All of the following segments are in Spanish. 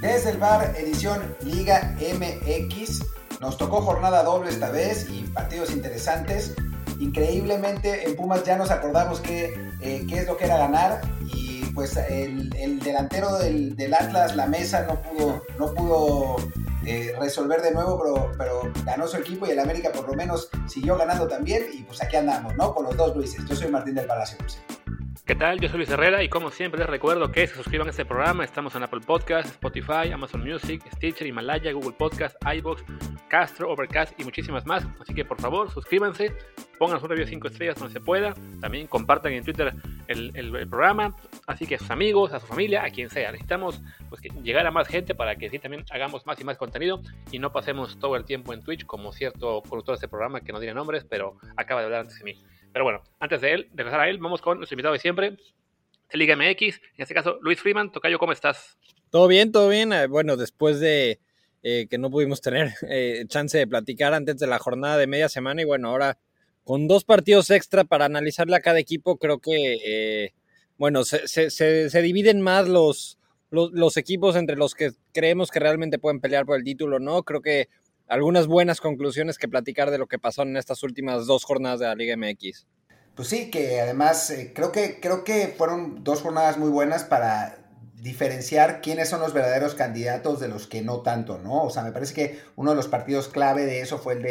Desde el bar, edición Liga MX. Nos tocó jornada doble esta vez y partidos interesantes. Increíblemente en Pumas ya nos acordamos qué es lo que era ganar. Y pues el delantero del Atlas, la Mesa, no pudo resolver de nuevo, pero ganó su equipo y el América por lo menos siguió ganando también. Y pues aquí andamos, ¿no? Con los dos Luises. Yo soy Martín del Palacio. ¿Qué tal? Yo soy Luis Herrera y como siempre les recuerdo que se suscriban a este programa. Estamos en Apple Podcast, Spotify, Amazon Music, Stitcher, Himalaya, Google Podcast, iVoox, Castro, Overcast y muchísimas más. Así que por favor suscríbanse, pónganos un review de 5 estrellas donde se pueda. También compartan en Twitter el programa. Así que a sus amigos, a su familia, a quien sea. Necesitamos llegar a más gente para que sí también hagamos más y más contenido y no pasemos todo el tiempo en Twitch como cierto conductor de este programa que no diré nombres, pero acaba de hablar antes de mí. Pero bueno, antes de pasar a él, vamos con nuestro invitado de siempre, de Liga MX, en este caso, Luis Freeman. Tocayo, ¿cómo estás? Todo bien. Bueno, después de que no pudimos tener chance de platicar antes de la jornada de media semana, y bueno, ahora con 2 partidos extra para analizarle a cada equipo, creo que, se dividen más los equipos entre los que creemos que realmente pueden pelear por el título, ¿no? Creo que algunas buenas conclusiones que platicar de lo que pasó en estas últimas 2 jornadas de la Liga MX. Pues sí, que además creo que fueron 2 jornadas muy buenas para diferenciar quiénes son los verdaderos candidatos de los que no tanto, ¿no? O sea, me parece que uno de los partidos clave de eso fue el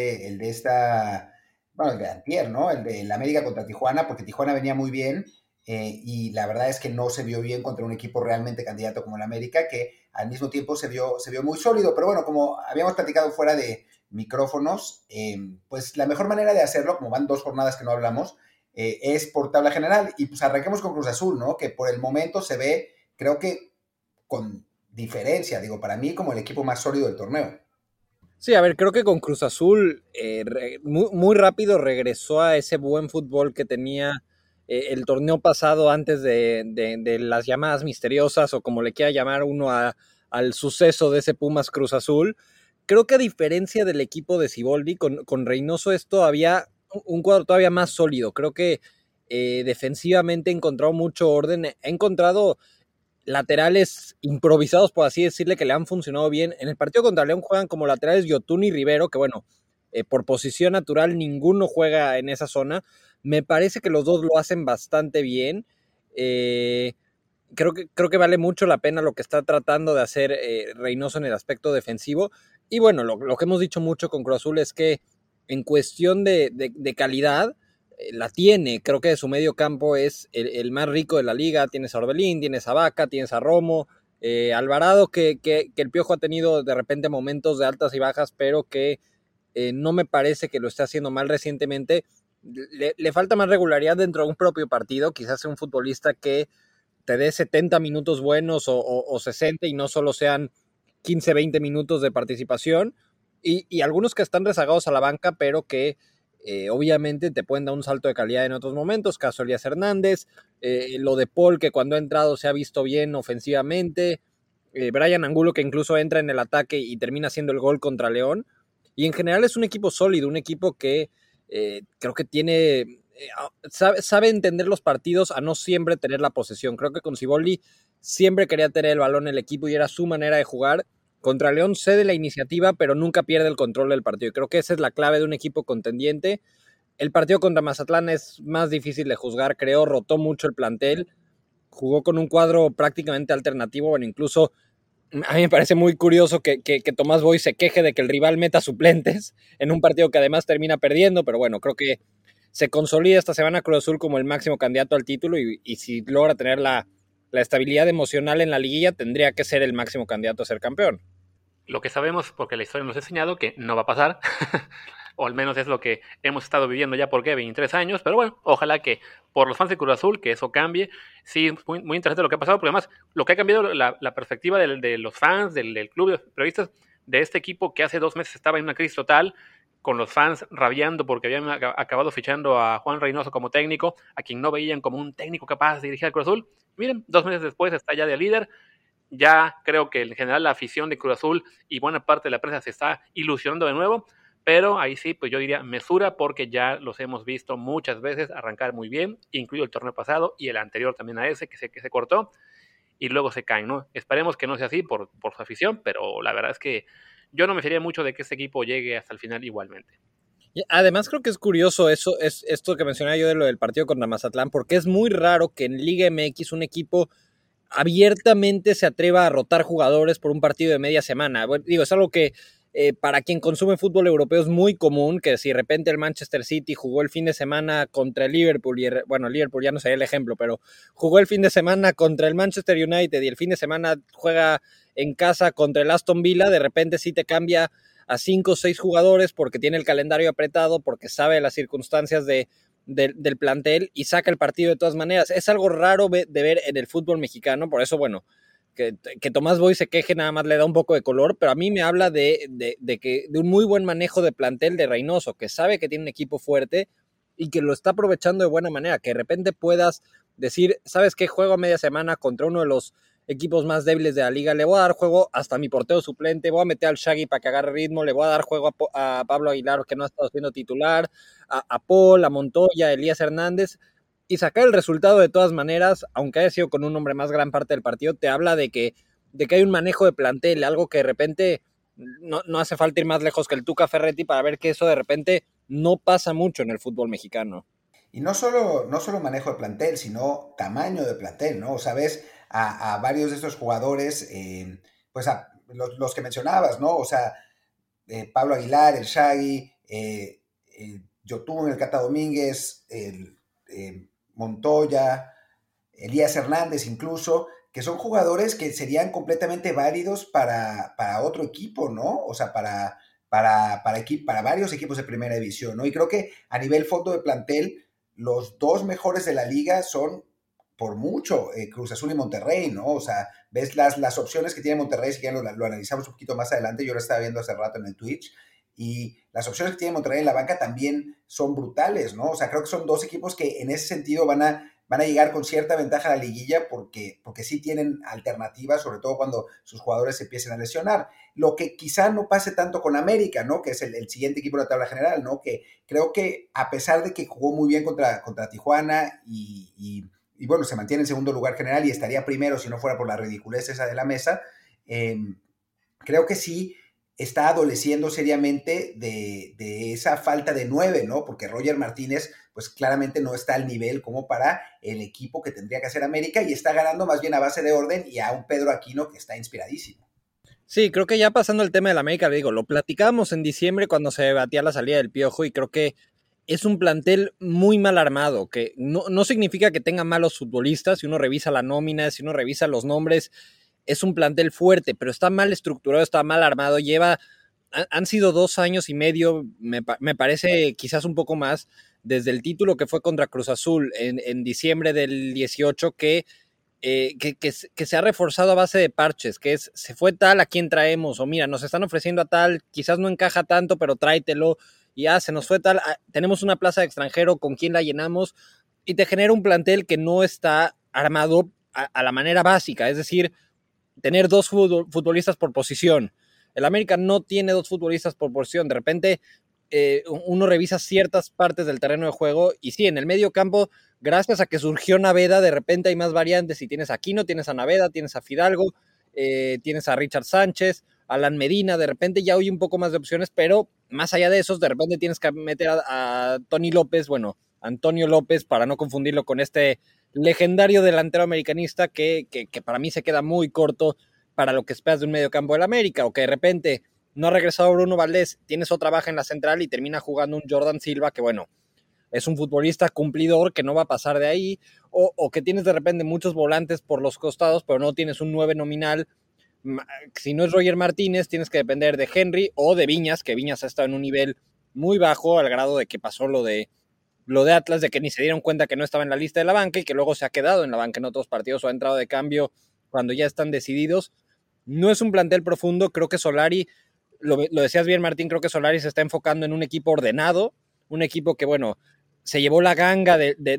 de antier, ¿no? El de la América contra Tijuana, porque Tijuana venía muy bien y la verdad es que no se vio bien contra un equipo realmente candidato como el América, que al mismo tiempo se vio muy sólido, pero bueno, como habíamos platicado fuera de micrófonos, pues la mejor manera de hacerlo, como van 2 jornadas que no hablamos, es por tabla general, y pues arranquemos con Cruz Azul, ¿no? Que por el momento se ve, creo que con diferencia, digo, para mí como el equipo más sólido del torneo. Sí, a ver, creo que con Cruz Azul muy rápido regresó a ese buen fútbol que tenía el torneo pasado antes de las llamadas misteriosas, o como le quiera llamar uno al suceso de ese Pumas Cruz Azul. Creo que a diferencia del equipo de Siboldi, con Reynoso es todavía un cuadro todavía más sólido. Creo que defensivamente ha encontrado mucho orden, ha encontrado laterales improvisados, por así decirle, que le han funcionado bien. En el partido contra León juegan como laterales Yotun y Rivero, que bueno, por posición natural ninguno juega en esa zona. Me parece que los dos lo hacen bastante bien. Creo que vale mucho la pena lo que está tratando de hacer Reynoso en el aspecto defensivo. Y bueno, lo que hemos dicho mucho con Cruz Azul es que en cuestión de calidad, la tiene. Creo que de su medio campo es el más rico de la liga. Tienes a Orbelín, tienes a Vaca, tienes a Romo, Alvarado, que el Piojo ha tenido de repente momentos de altas y bajas, pero que no me parece que lo esté haciendo mal recientemente. Le falta más regularidad dentro de un propio partido. Quizás sea un futbolista que te dé 70 minutos buenos o 60 y no solo sean 15, 20 minutos de participación. Y algunos que están rezagados a la banca, pero que obviamente te pueden dar un salto de calidad en otros momentos. Caso Elías Hernández, lo de Paul, que cuando ha entrado se ha visto bien ofensivamente, Brian Angulo, que incluso entra en el ataque y termina haciendo el gol contra León. Y en general es un equipo sólido, un equipo que creo que tiene sabe entender los partidos a no siempre tener la posesión. Creo que con Siboldi siempre quería tener el balón el equipo y era su manera de jugar. Contra León cede la iniciativa, pero nunca pierde el control del partido. Y creo que esa es la clave de un equipo contendiente. El partido contra Mazatlán es más difícil de juzgar, creo. Rotó mucho el plantel. Jugó con un cuadro prácticamente alternativo. Bueno, incluso a mí me parece muy curioso que Tomás Boy se queje de que el rival meta suplentes en un partido que además termina perdiendo. Pero bueno, creo que se consolida esta semana Cruz Azul como el máximo candidato al título. Y si logra tener la estabilidad emocional en la liguilla, tendría que ser el máximo candidato a ser campeón. Lo que sabemos, porque la historia nos ha enseñado que no va a pasar, o al menos es lo que hemos estado viviendo ya por 23 años, pero bueno, ojalá que por los fans de Cruz Azul, que eso cambie. Sí, es muy interesante lo que ha pasado, porque además lo que ha cambiado la perspectiva de los fans, del club de periodistas, de este equipo que hace 2 meses estaba en una crisis total, con los fans rabiando porque habían acabado fichando a Juan Reynoso como técnico, a quien no veían como un técnico capaz de dirigir al Cruz Azul. Miren, 2 meses después está ya de líder. Ya creo que en general la afición de Cruz Azul y buena parte de la prensa se está ilusionando de nuevo, pero ahí sí, pues yo diría mesura, porque ya los hemos visto muchas veces arrancar muy bien, incluido el torneo pasado y el anterior también a ese, que se cortó. y luego se caen, ¿no? Esperemos que no sea así por su afición, pero la verdad es que yo no me fiaría mucho de que este equipo llegue hasta el final igualmente. Y además creo que es curioso eso, es esto que mencionaba yo de lo del partido contra Mazatlán, porque es muy raro que en Liga MX un equipo abiertamente se atreva a rotar jugadores por un partido de media semana. Bueno, digo, es algo que para quien consume fútbol europeo es muy común, que si de repente el Manchester City jugó el fin de semana contra el Liverpool, y bueno, Liverpool ya no sería el ejemplo, pero jugó el fin de semana contra el Manchester United y el fin de semana juega en casa contra el Aston Villa, de repente sí te cambia a 5 o 6 jugadores porque tiene el calendario apretado, porque sabe las circunstancias del plantel y saca el partido de todas maneras. Es algo raro de ver en el fútbol mexicano, por eso, bueno, que Tomás Boy se queje nada más le da un poco de color, pero a mí me habla de un muy buen manejo de plantel de Reynoso, que sabe que tiene un equipo fuerte y que lo está aprovechando de buena manera, que de repente puedas decir, ¿sabes qué? Juego a media semana contra uno de los equipos más débiles de la liga, le voy a dar juego hasta mi portero suplente, voy a meter al Shaggy para que agarre ritmo, le voy a dar juego a Pablo Aguilar, que no ha estado siendo titular, a Paul, a Montoya, a Elías Hernández, y sacar el resultado de todas maneras, aunque haya sido con un hombre más gran parte del partido, te habla de que hay un manejo de plantel, algo que de repente no hace falta ir más lejos que el Tuca Ferretti para ver que eso de repente no pasa mucho en el fútbol mexicano. Y no solo manejo de plantel, sino tamaño de plantel, ¿no? O sea, ves a varios de estos jugadores, pues a los que mencionabas, ¿no? O sea, Pablo Aguilar, el Shaggy, Yotun, el Cata Domínguez, el Montoya, Elías Hernández incluso, que son jugadores que serían completamente válidos para otro equipo, ¿no? O sea, para varios equipos de primera división, ¿no? Y creo que a nivel fondo de plantel, los dos mejores de la liga son por mucho Cruz Azul y Monterrey, ¿no? O sea, ves las opciones que tiene Monterrey, si ya lo analizamos un poquito más adelante, yo lo estaba viendo hace rato en el Twitch, y las opciones que tiene Monterrey en la banca también son brutales, ¿no? O sea, creo que son dos equipos que en ese sentido van a llegar con cierta ventaja a la liguilla porque sí tienen alternativas, sobre todo cuando sus jugadores se empiecen a lesionar. Lo que quizá no pase tanto con América, ¿no? Que es el siguiente equipo de la tabla general, ¿no? Que creo que a pesar de que jugó muy bien contra Tijuana y bueno, se mantiene en segundo lugar general y estaría primero si no fuera por la ridiculez esa de la mesa, creo que sí está adoleciendo seriamente de esa falta de 9, ¿no? Porque Roger Martínez, pues claramente no está al nivel como para el equipo que tendría que hacer América y está ganando más bien a base de orden y a un Pedro Aquino que está inspiradísimo. Sí, creo que ya pasando el tema del América, le digo, lo platicábamos en diciembre cuando se debatía la salida del Piojo y creo que es un plantel muy mal armado, que no significa que tenga malos futbolistas, si uno revisa la nómina, si uno revisa los nombres, es un plantel fuerte, pero está mal estructurado, está mal armado, han sido 2 años y medio, me parece quizás un poco más, desde el título que fue contra Cruz Azul en diciembre del 18, que se ha reforzado a base de parches, que es, se fue tal, a quién traemos, o mira, nos están ofreciendo a tal, quizás no encaja tanto, pero tráetelo, y se nos fue tal, tenemos una plaza de extranjero, ¿con quién la llenamos? Y te genera un plantel que no está armado a la manera básica, es decir, tener 2 futbolistas por posición. El América no tiene 2 futbolistas por posición, de repente uno revisa ciertas partes del terreno de juego y sí, en el medio campo, gracias a que surgió Naveda, de repente hay más variantes y tienes a Aquino, tienes a Naveda, tienes a Fidalgo, tienes a Richard Sánchez, Alan Medina, de repente ya hay un poco más de opciones, pero más allá de esos, de repente tienes que meter a Tony López, bueno, Antonio López, para no confundirlo con este legendario delantero americanista que para mí se queda muy corto para lo que esperas de un medio campo del América, o que de repente no ha regresado Bruno Valdés, tienes otra baja en la central y termina jugando un Jordan Silva que, bueno, es un futbolista cumplidor que no va a pasar de ahí, o que tienes de repente muchos volantes por los costados, pero no tienes un 9 nominal. Si no es Roger Martínez, tienes que depender de Henry o de Viñas, que Viñas ha estado en un nivel muy bajo, al grado de que pasó lo de Atlas, de que ni se dieron cuenta que no estaba en la lista de la banca y que luego se ha quedado en la banca en otros partidos o ha entrado de cambio cuando ya están decididos. No es un plantel profundo, creo que Solari, lo decías bien, Martín, creo que Solari se está enfocando en un equipo ordenado, un equipo que, bueno, se llevó la ganga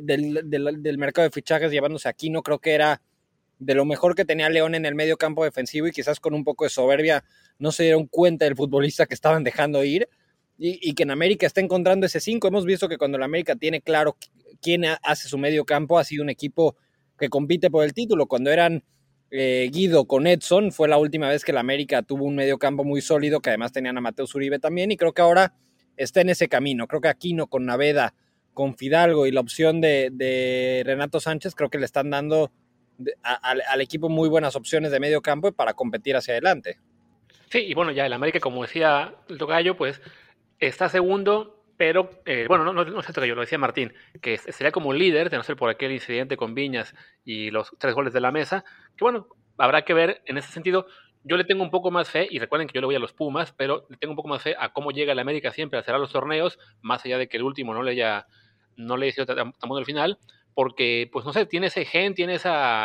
del mercado de fichajes llevándose a Aquino, creo que era de lo mejor que tenía León en el medio campo defensivo y quizás con un poco de soberbia no se dieron cuenta del futbolista que estaban dejando ir y que en América está encontrando ese 5. Hemos visto que cuando el América tiene claro quién hace su medio campo, ha sido un equipo que compite por el título. Cuando eran Guido con Edson. Fue la última vez que el América tuvo un medio campo muy sólido, que además tenían a Mateus Uribe también, y creo que ahora está en ese camino. Creo que Aquino con Naveda, con Fidalgo y la opción de Renato Sánchez, creo que le están dando al equipo muy buenas opciones de medio campo para competir hacia adelante. Sí, y bueno, ya el América, como decía el tocayo, pues está segundo, pero bueno, no es el tocayo, lo decía Martín, que sería como líder, de no ser por aquel incidente con Viñas y los 3 goles de la mesa, que bueno, habrá que ver en ese sentido. Yo le tengo un poco más fe, y recuerden que yo le voy a los Pumas, pero le tengo un poco más fe a cómo llega el América siempre a cerrar los torneos, más allá de que el último no le haya sido tan bueno el final, porque, pues no sé, tiene ese gen, tiene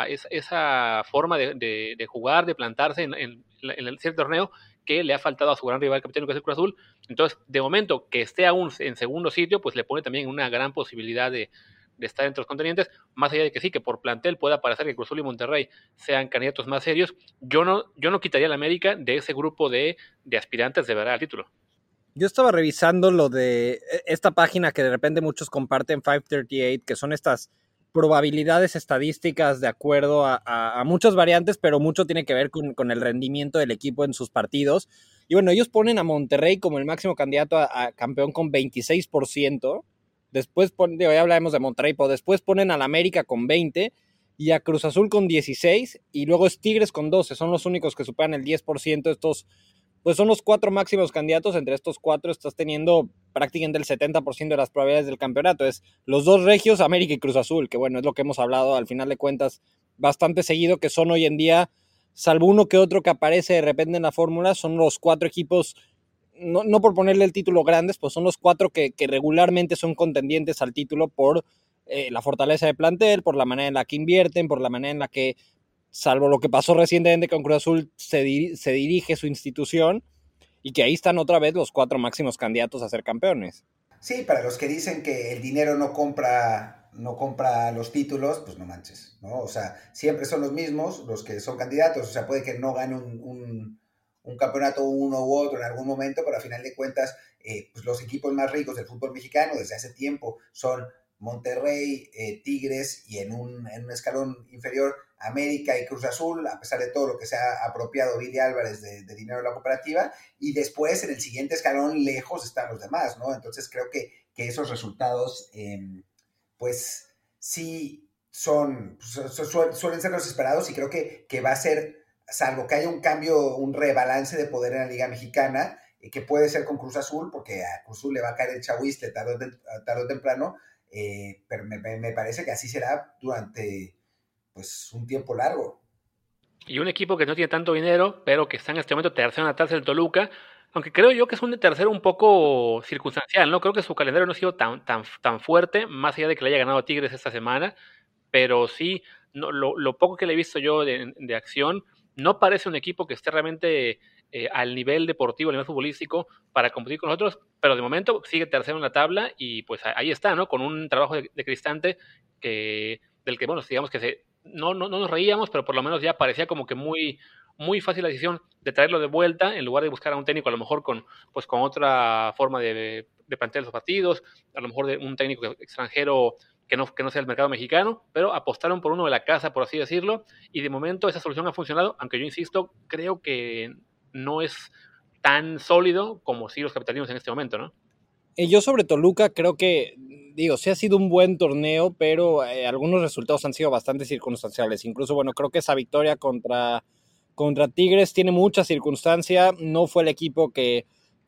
esa forma de jugar, de plantarse en el cierto torneo, que le ha faltado a su gran rival capitán, que es el Cruz Azul. Entonces, de momento que esté aún en segundo sitio, pues le pone también una gran posibilidad de estar entre los contendientes, más allá de que sí, que por plantel pueda parecer que Cruz Azul y Monterrey sean candidatos más serios. Yo no quitaría a la América de ese grupo de aspirantes de verdad al título. Yo estaba revisando lo de esta página que de repente muchos comparten, 538, que son estas probabilidades estadísticas de acuerdo a muchas variantes, pero mucho tiene que ver con el rendimiento del equipo en sus partidos. Y bueno, ellos ponen a Monterrey como el máximo candidato a campeón con 26%. Después, ya hablaremos de Monterrey, pero después ponen al América con 20% y a Cruz Azul con 16%, y luego es Tigres con 12%. Son los únicos que superan el 10%. Estos pues son los 4 máximos candidatos. Entre estos 4 estás teniendo prácticamente el 70% de las probabilidades del campeonato. Es los 2 regios, América y Cruz Azul, que bueno, es lo que hemos hablado al final de cuentas bastante seguido, que son hoy en día, salvo uno que otro que aparece de repente en la fórmula, son los 4 equipos, no por ponerle el título grandes, pues son los 4 que regularmente son contendientes al título por la fortaleza de plantel, por la manera en la que invierten, por la manera en la que, salvo lo que pasó recientemente con Cruz Azul, se dirige su institución, y que ahí están otra vez los 4 máximos candidatos a ser campeones. Sí, para los que dicen que el dinero no compra los títulos, pues no manches, ¿no? O sea, siempre son los mismos los que son candidatos. O sea, puede que no gane un campeonato uno u otro en algún momento, pero a final de cuentas, pues los equipos más ricos del fútbol mexicano desde hace tiempo son Monterrey, Tigres, y en un escalón inferior América y Cruz Azul, a pesar de todo lo que se ha apropiado Billy Álvarez de dinero de la cooperativa, y después en el siguiente escalón lejos están los demás, ¿no? Entonces creo que esos resultados, pues sí suelen ser los esperados, y creo que va a ser, salvo que haya un cambio, un rebalance de poder en la Liga Mexicana, que puede ser con Cruz Azul, porque a Cruz Azul le va a caer el chahuiste tarde o temprano, pero me parece que así será durante pues un tiempo largo. Y un equipo que no tiene tanto dinero, pero que está en este momento tercero en la tabla del Toluca, aunque creo yo que es un tercero un poco circunstancial, ¿no? Creo que su calendario no ha sido tan fuerte, más allá de que le haya ganado a Tigres esta semana, pero sí, no, lo poco que le he visto yo de acción, no parece un equipo que esté realmente al nivel deportivo, al nivel futbolístico, para competir con nosotros, pero de momento sigue tercero en la tabla, y pues ahí está, ¿no? Con un trabajo de Cristante del que, bueno, digamos que no nos reíamos, pero por lo menos ya parecía como que muy fácil la decisión de traerlo de vuelta, en lugar de buscar a un técnico a lo mejor con otra forma de plantear los partidos, a lo mejor de un técnico extranjero que no sea el mercado mexicano, pero apostaron por uno de la casa, por así decirlo, y de momento esa solución ha funcionado, aunque yo insisto, creo que no es tan sólido como sí los capitalinos en este momento, ¿no? Yo sobre Toluca creo que, sí ha sido un buen torneo, pero algunos resultados han sido bastante circunstanciales. Incluso, bueno, creo que esa victoria contra Tigres tiene mucha circunstancia. No fue el equipo que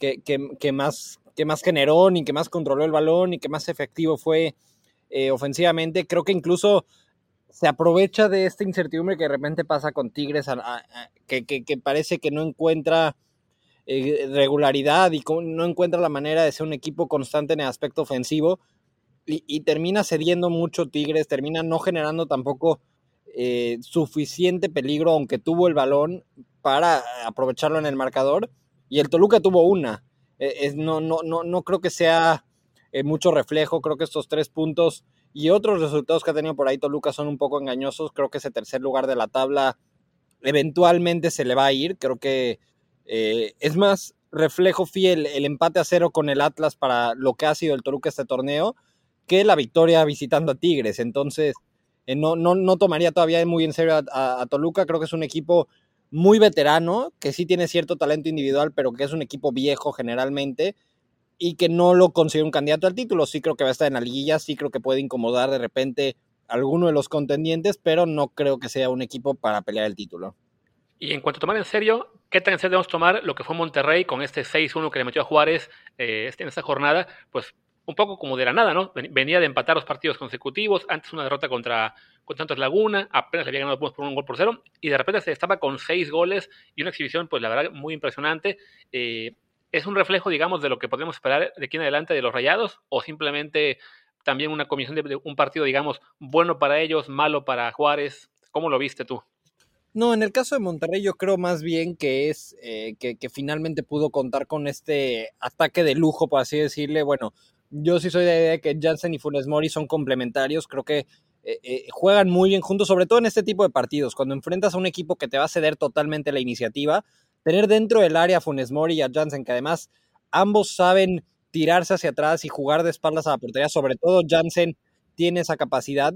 más generó, ni que más controló el balón, ni que más efectivo fue ofensivamente. Creo que incluso se aprovecha de esta incertidumbre que de repente pasa con Tigres, que parece que no encuentra regularidad y no encuentra la manera de ser un equipo constante en el aspecto ofensivo, y termina cediendo mucho Tigres, termina no generando tampoco suficiente peligro, aunque tuvo el balón para aprovecharlo en el marcador, y el Toluca tuvo una. No creo que sea mucho reflejo. Creo que estos 3 puntos y otros resultados que ha tenido por ahí Toluca son un poco engañosos. Creo que ese tercer lugar de la tabla eventualmente se le va a ir. Creo que es más reflejo fiel el empate a 0 con el Atlas para lo que ha sido el Toluca este torneo, que la victoria visitando a Tigres. Entonces, no tomaría todavía muy en serio a Toluca. Creo que es un equipo muy veterano, que sí tiene cierto talento individual, pero que es un equipo viejo generalmente y que no lo considero un candidato al título. Sí creo que va a estar en la liguilla, sí creo que puede incomodar de repente a alguno de los contendientes, pero no creo que sea un equipo para pelear el título. Y en cuanto a tomar en serio, ¿qué tan en serio debemos tomar lo que fue Monterrey con este 6-1 que le metió a Juárez en esta jornada? Pues un poco como de la nada, ¿no? Venía de empatar los partidos consecutivos, antes una derrota contra Santos Laguna, apenas le había ganado por 1-0, y de repente se destapa con 6 goles y una exhibición, pues la verdad, muy impresionante. ¿Es un reflejo, digamos, de lo que podemos esperar de aquí en adelante de los Rayados? ¿O simplemente también una combinación de un partido, digamos, bueno para ellos, malo para Juárez? ¿Cómo lo viste tú? No, en el caso de Monterrey yo creo más bien que es que finalmente pudo contar con este ataque de lujo, por así decirle. Bueno, yo sí soy de la idea de que Jansen y Funes Mori son complementarios. Creo que juegan muy bien juntos, sobre todo en este tipo de partidos. Cuando enfrentas a un equipo que te va a ceder totalmente la iniciativa, tener dentro del área a Funes Mori y a Jansen, que además ambos saben tirarse hacia atrás y jugar de espaldas a la portería, sobre todo Jansen tiene esa capacidad.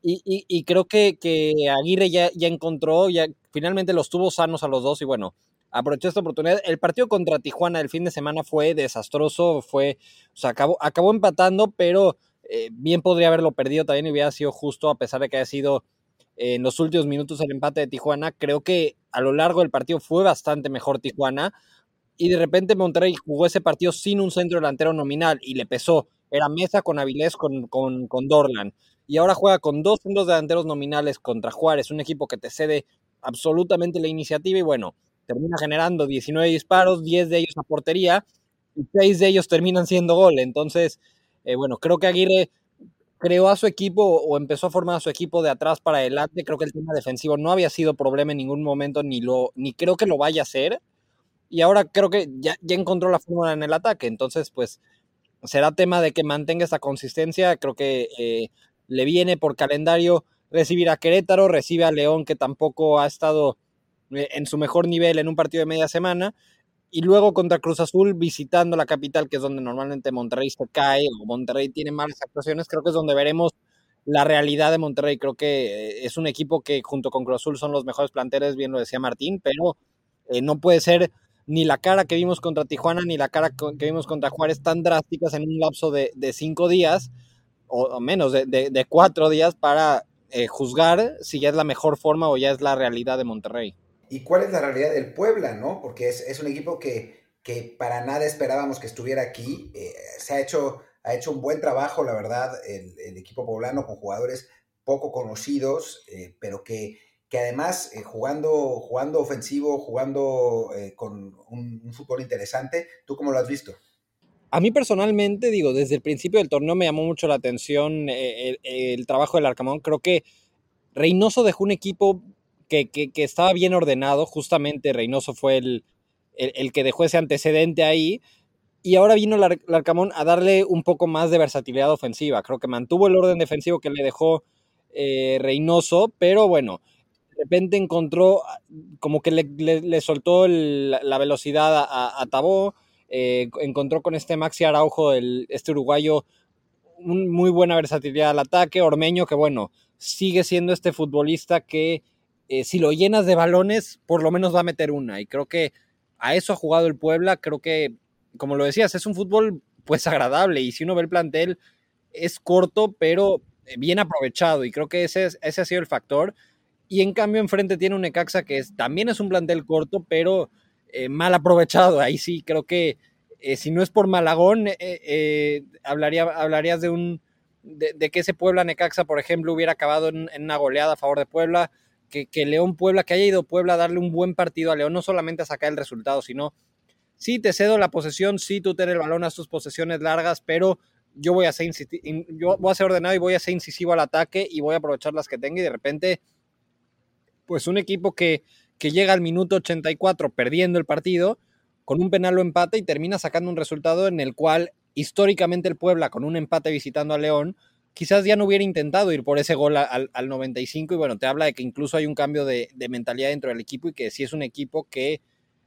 Y creo que Aguirre ya encontró, ya finalmente los tuvo sanos a los dos y bueno, aprovechó esta oportunidad. El partido contra Tijuana el fin de semana fue desastroso, o sea, acabó empatando, pero bien podría haberlo perdido también y hubiera sido justo a pesar de que haya sido en los últimos minutos el empate de Tijuana. Creo que a lo largo del partido fue bastante mejor Tijuana y de repente Monterrey jugó ese partido sin un centro delantero nominal y le pesó. Era Mesa con Avilés con Dorlan. Y ahora juega con dos centros delanteros nominales contra Juárez, un equipo que te cede absolutamente la iniciativa y bueno, termina generando 19 disparos, 10 de ellos a portería y 6 de ellos terminan siendo gol. Entonces, bueno, creo que Aguirre creó a su equipo o empezó a formar a su equipo de atrás para adelante. Creo que el tema defensivo no había sido problema en ningún momento, ni creo que lo vaya a ser y ahora creo que ya encontró la fórmula en el ataque, entonces pues será tema de que mantenga esta consistencia, creo que le viene por calendario recibir a Querétaro, recibe a León que tampoco ha estado en su mejor nivel en un partido de media semana, y luego contra Cruz Azul visitando la capital, que es donde normalmente Monterrey se cae, o Monterrey tiene malas actuaciones, creo que es donde veremos la realidad de Monterrey, creo que es un equipo que junto con Cruz Azul son los mejores planteles, bien lo decía Martín, pero no puede ser ni la cara que vimos contra Tijuana ni la cara que vimos contra Juárez tan drásticas en un lapso de 5 días o menos de 4 días para juzgar si ya es la mejor forma o ya es la realidad de Monterrey. ¿Y cuál es la realidad del Puebla, no? Porque es un equipo que para nada esperábamos que estuviera aquí. Ha hecho un buen trabajo, la verdad, el equipo poblano con jugadores poco conocidos, pero que además jugando ofensivo, jugando con un fútbol interesante. ¿Tú cómo lo has visto? A mí personalmente, digo, desde el principio del torneo me llamó mucho la atención el trabajo del Arcamón. Creo que Reynoso dejó un equipo que estaba bien ordenado. Justamente Reynoso fue el que dejó ese antecedente ahí. Y ahora vino el Arcamón a darle un poco más de versatilidad ofensiva. Creo que mantuvo el orden defensivo que le dejó Reynoso, pero bueno, de repente encontró como que le soltó la velocidad a Tabó, encontró con este Maxi Araujo, este uruguayo, muy buena versatilidad al ataque. Ormeño, que bueno, sigue siendo este futbolista que si lo llenas de balones, por lo menos va a meter una. Y creo que a eso ha jugado el Puebla. Creo que, como lo decías, es un fútbol pues agradable. Y si uno ve el plantel, es corto, pero bien aprovechado. Y creo que ese ha sido el factor. Y en cambio, enfrente tiene un Necaxa que también es un plantel corto, pero mal aprovechado. Ahí sí creo que si no es por Malagón, hablarías de que ese Puebla Necaxa, por ejemplo, hubiera acabado en una goleada a favor de Puebla, que León Puebla, que haya ido Puebla a darle un buen partido a León, no solamente a sacar el resultado, sino sí te cedo la posesión, sí tú ten el balón a tus posesiones largas, pero yo voy a ser ordenado y voy a ser incisivo al ataque y voy a aprovechar las que tenga y de repente, pues un equipo que llega al minuto 84 perdiendo el partido, con un penal o empate y termina sacando un resultado en el cual históricamente el Puebla con un empate visitando a León quizás ya no hubiera intentado ir por ese gol al 95 y bueno, te habla de que incluso hay un cambio de mentalidad dentro del equipo y que sí es un equipo que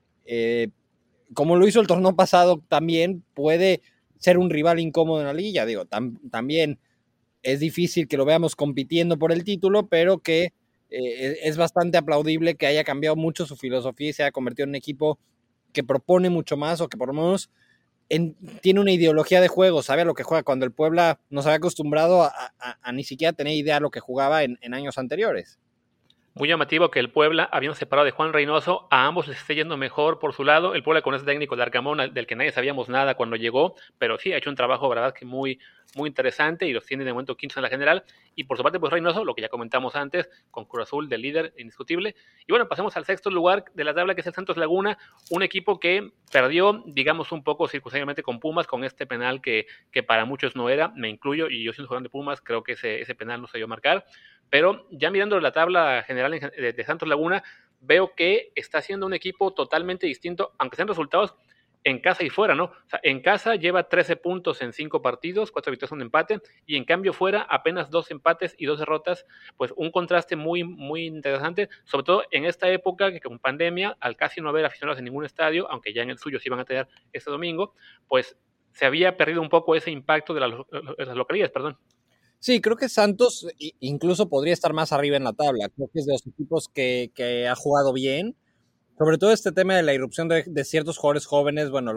como lo hizo el torneo pasado también puede ser un rival incómodo en la liguilla, digo, también es difícil que lo veamos compitiendo por el título, pero que es bastante aplaudible que haya cambiado mucho su filosofía y se haya convertido en un equipo que propone mucho más, o que por lo menos tiene una ideología de juego, sabe a lo que juega, cuando el Puebla nos había acostumbrado a ni siquiera tener idea de lo que jugaba en años anteriores. Muy llamativo que el Puebla, habiendo separado de Juan Reynoso, a ambos les esté yendo mejor por su lado. El Puebla con ese técnico de Arcamón, del que nadie sabíamos nada cuando llegó, pero sí ha hecho un trabajo, verdad, que muy, muy interesante y los tiene de momento quintos en la general. Y por su parte, pues Reynoso, lo que ya comentamos antes, con Cruz Azul de líder indiscutible. Y bueno, pasemos al sexto lugar de la tabla, que es el Santos Laguna, un equipo que perdió, digamos, un poco circunstancialmente con Pumas, con este penal que para muchos no era, me incluyo, y yo siendo jugador de Pumas, creo que ese penal no se dio a marcar. Pero ya mirando la tabla general de Santos Laguna, veo que está siendo un equipo totalmente distinto, aunque sean resultados en casa y fuera, ¿no? O sea, en casa lleva 13 puntos en 5 partidos, 4 victorias, un empate, y en cambio fuera apenas 2 empates y 2 derrotas, pues un contraste muy, muy interesante, sobre todo en esta época que con pandemia, al casi no haber aficionados en ningún estadio, aunque ya en el suyo sí van a tener este domingo, pues se había perdido un poco ese impacto de las localidades, perdón. Sí, creo que Santos incluso podría estar más arriba en la tabla. Creo que es de los equipos que ha jugado bien. Sobre todo este tema de la irrupción de ciertos jugadores jóvenes, bueno,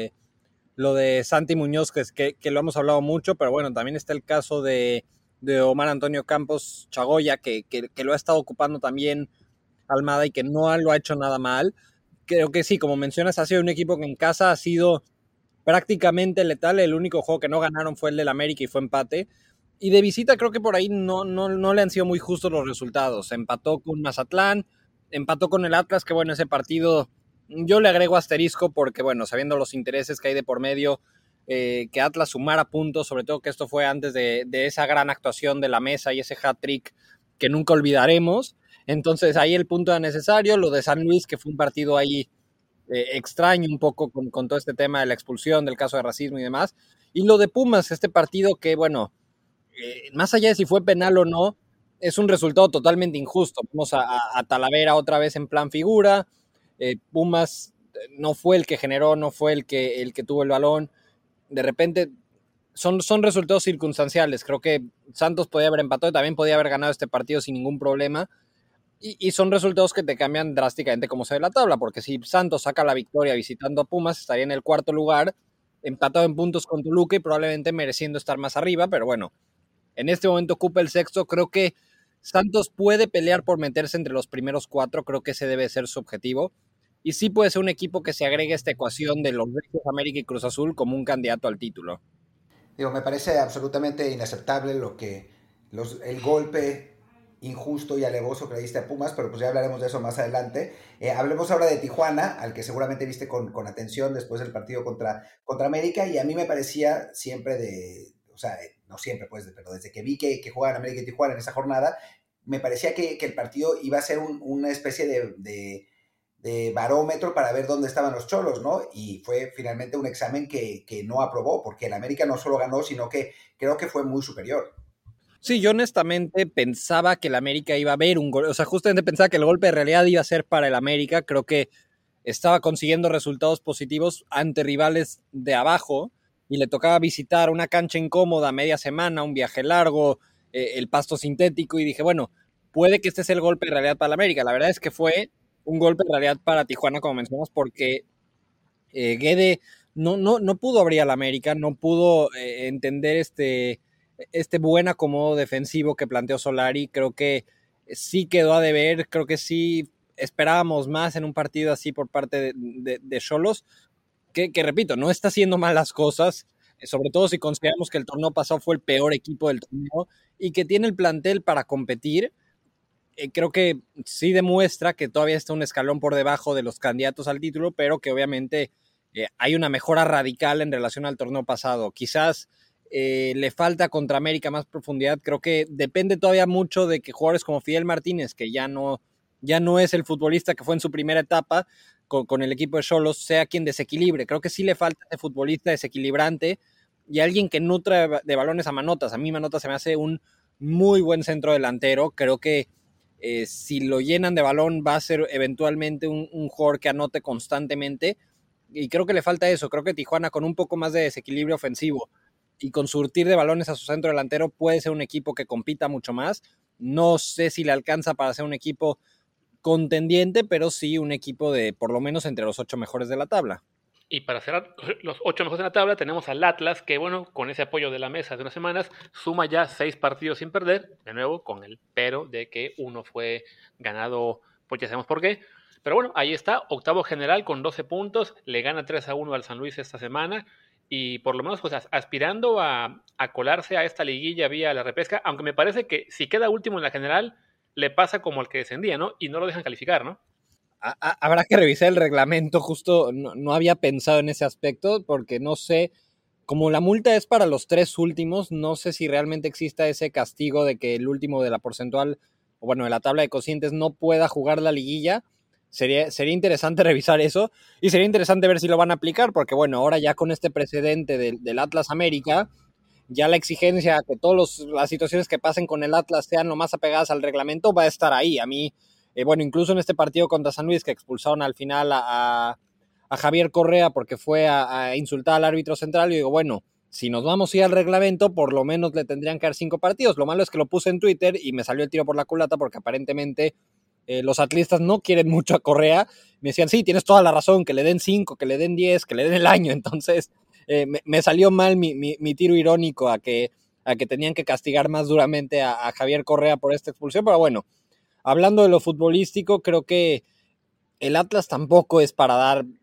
lo de Santi Muñoz, que lo hemos hablado mucho, pero bueno, también está el caso de Omar Antonio Campos Chagoya, que lo ha estado ocupando también Almada y que no lo ha hecho nada mal. Creo que sí, como mencionas, ha sido un equipo que en casa ha sido prácticamente letal. El único juego que no ganaron fue el del América y fue empate. Y de visita creo que por ahí no le han sido muy justos los resultados. Empató con Mazatlán, empató con el Atlas, que bueno, ese partido yo le agrego asterisco porque bueno, sabiendo los intereses que hay de por medio, que Atlas sumara puntos, sobre todo que esto fue antes de esa gran actuación de la Mesa y ese hat-trick que nunca olvidaremos. Entonces ahí el punto era necesario. Lo de San Luis, que fue un partido ahí extraño un poco con todo este tema de la expulsión, del caso de racismo y demás. Y lo de Pumas, este partido que bueno, más allá de si fue penal o no, es un resultado totalmente injusto. Vamos a Talavera otra vez en plan figura. Pumas no fue el que generó, no fue el que tuvo el balón. De repente son resultados circunstanciales. Creo que Santos podía haber empatado y también podía haber ganado este partido sin ningún problema. Y son resultados que te cambian drásticamente cómo se ve la tabla, porque si Santos saca la victoria visitando a Pumas, estaría en el cuarto lugar, empatado en puntos con Toluca y probablemente mereciendo estar más arriba, pero bueno, en este momento ocupa el sexto. Creo que Santos puede pelear por meterse entre los primeros 4, creo que ese debe ser su objetivo. Y sí puede ser un equipo que se agregue a esta ecuación de los Reyes, América y Cruz Azul como un candidato al título. Digo, me parece absolutamente inaceptable el golpe injusto y alevoso que le diste a Pumas, pero pues ya hablaremos de eso más adelante. Hablemos ahora de Tijuana, al que seguramente viste con atención después del partido contra América, y a mí me parecía siempre o sea, no siempre pues, pero desde que vi que jugaban América y Tijuana en esa jornada, me parecía que el partido iba a ser una especie de barómetro para ver dónde estaban los Cholos, ¿no? Y fue finalmente un examen que no aprobó, porque el América no solo ganó, sino que creo que fue muy superior. Sí, yo honestamente pensaba que el América iba a ver un gol, o sea, justamente pensaba que el golpe de realidad iba a ser para el América. Creo que estaba consiguiendo resultados positivos ante rivales de abajo y le tocaba visitar una cancha incómoda, media semana, un viaje largo, el pasto sintético, y dije, bueno, puede que este sea el golpe de realidad para el América. La verdad es que fue un golpe de realidad para Tijuana, como mencionamos, porque Guede no pudo abrir al América, no pudo entender este buen acomodo defensivo que planteó Solari. Creo que sí quedó a deber, creo que sí esperábamos más en un partido así por parte de Xolos, que repito, no está haciendo mal las cosas, sobre todo si consideramos que el torneo pasado fue el peor equipo del torneo y que tiene el plantel para competir. Creo que sí demuestra que todavía está un escalón por debajo de los candidatos al título, pero que obviamente hay una mejora radical en relación al torneo pasado. Quizás le falta contra América más profundidad. Creo que depende todavía mucho de que jugadores como Fidel Martínez, que ya no es el futbolista que fue en su primera etapa con el equipo de Xolos, sea quien desequilibre. Creo que sí le falta ese futbolista desequilibrante y alguien que nutre de balones a Manotas. A mí Manotas se me hace un muy buen centro delantero. Creo que si lo llenan de balón va a ser eventualmente un jugador que anote constantemente, y creo que le falta eso. Creo que Tijuana, con un poco más de desequilibrio ofensivo y con surtir de balones a su centro delantero puede ser un equipo que compita mucho más. No sé si le alcanza para ser un equipo contendiente, pero sí un equipo de por lo menos entre los 8 mejores de la tabla. Y para cerrar los 8 mejores de la tabla, tenemos al Atlas, que bueno, con ese apoyo de la mesa de unas semanas, suma ya 6 partidos sin perder, de nuevo, con el pero de que uno fue ganado, pues ya sabemos por qué. Pero bueno, ahí está, octavo general con 12 puntos, le gana 3-1 al San Luis esta semana, y por lo menos pues aspirando a colarse a esta liguilla vía la repesca, aunque me parece que si queda último en la general, le pasa como al que descendía, ¿no? Y no lo dejan calificar, ¿no? Habrá que revisar el reglamento, justo no había pensado en ese aspecto, porque no sé, como la multa es para los 3 últimos, no sé si realmente exista ese castigo de que el último de la porcentual, o bueno, de la tabla de cocientes no pueda jugar la liguilla. Sería interesante revisar eso, y sería interesante ver si lo van a aplicar, porque bueno, ahora ya con este precedente del Atlas América, ya la exigencia que todas las situaciones que pasen con el Atlas sean lo más apegadas al reglamento va a estar ahí. A mí, bueno, incluso en este partido contra San Luis, que expulsaron al final a Javier Correa porque fue a insultar al árbitro central, yo digo, bueno, si nos vamos a ir al reglamento, por lo menos le tendrían que dar 5 partidos. Lo malo es que lo puse en Twitter y me salió el tiro por la culata porque aparentemente los atlistas no quieren mucho a Correa. Me decían, sí, tienes toda la razón, que le den 5, que le den 10, que le den el año. Entonces, me salió mal mi tiro irónico a que tenían que castigar más duramente a Javier Correa por esta expulsión. Pero bueno, hablando de lo futbolístico, creo que el Atlas tampoco es para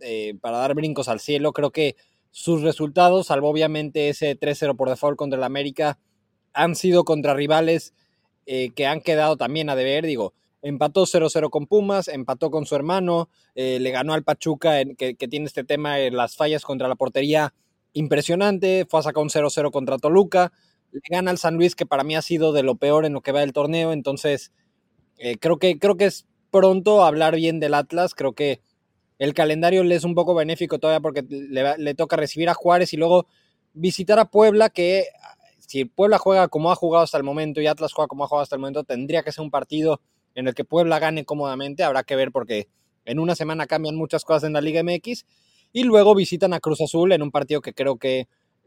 dar brincos al cielo. Creo que sus resultados, salvo obviamente ese 3-0 por default contra el América, han sido contra rivales que han quedado también a deber. Digo, empató 0-0 con Pumas, empató con su hermano, le ganó al Pachuca, que tiene este tema de las fallas contra la portería impresionante, fue a sacar un 0-0 contra Toluca, le gana al San Luis, que para mí ha sido de lo peor en lo que va del torneo. Entonces creo que es pronto hablar bien del Atlas. Creo que el calendario le es un poco benéfico todavía porque le toca recibir a Juárez y luego visitar a Puebla, que si Puebla juega como ha jugado hasta el momento y Atlas juega como ha jugado hasta el momento, tendría que ser un partido en el que Puebla gane cómodamente. Habrá que ver porque en una semana cambian muchas cosas en la Liga MX, y luego visitan a Cruz Azul en un partido que creo que